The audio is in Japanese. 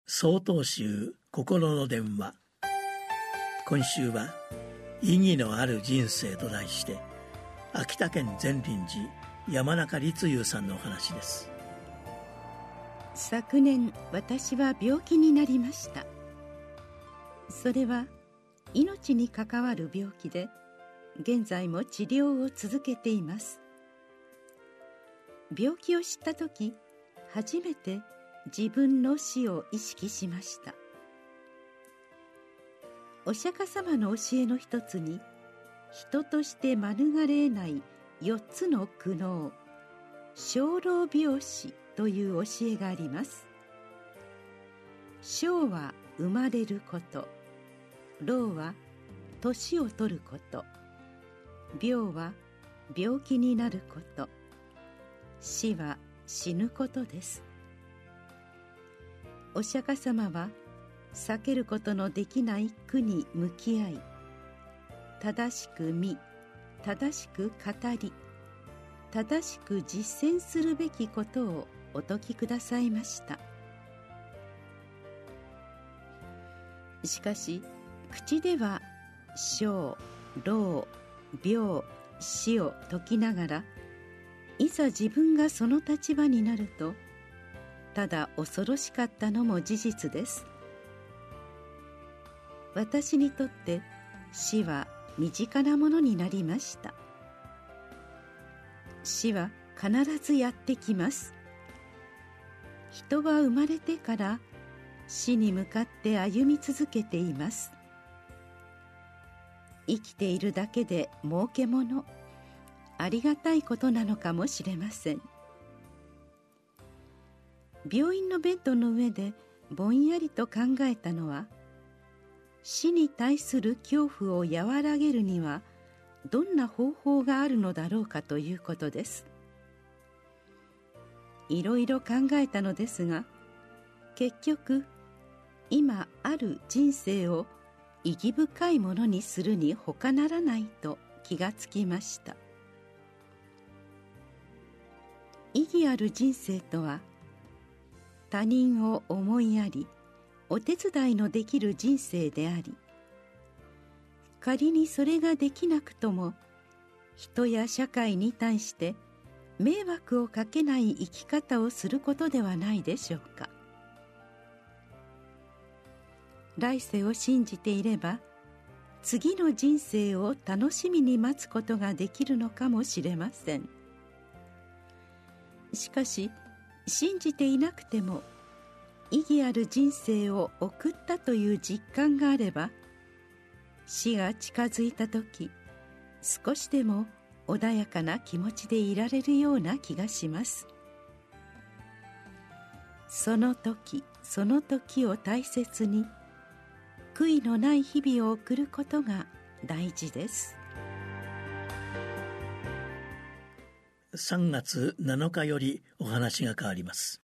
曹洞宗心の電話。今週は意義のある人生と題して、秋田県善林寺山中立雄さんのお話です。 昨年、私は病気になりました。それは命に関わる病気で、現在も治療を続けています。病気を知ったとき、初めて自分の死を意識しました。お釈迦様の教えの一つに、人として免れない4つの苦悩、生老病死という教えがあります。生は生まれること、老は年を取ること、病は病気になること、死は死ぬことです。お釈迦様は避けることのできない苦に向き合い、正しく見、正しく語り、正しく実践するべきことをお説きくださいました。しかし、口では生、老、病、死を説きながら、いざ自分がその立場になると、ただ恐ろしかったのも事実です。私にとって死は身近なものになりました。死は必ずやってきます。人は生まれてから死に向かって歩み続けています。生きているだけで儲けもの、ありがたいことなのかもしれません。病院のベッドの上でぼんやりと考えたのは、死に対する恐怖を和らげるにはどんな方法があるのだろうかということです。いろいろ考えたのですが、結局今ある人生を意義深いものにするに他ならないと気がつきました。意義ある人生とは、他人を思いやりお手伝いのできる人生であり、仮にそれができなくとも人や社会に対して迷惑をかけない生き方をすることではないでしょうか。来世を信じていれば、次の人生を楽しみに待つことができるのかもしれません。しかし、信じていなくても意義ある人生を送ったという実感があれば、死が近づいた時、少しでも穏やかな気持ちでいられるような気がします。その時その時を大切に、悔いのない日々を送ることが大事です。 3月7日よりお話が変わります。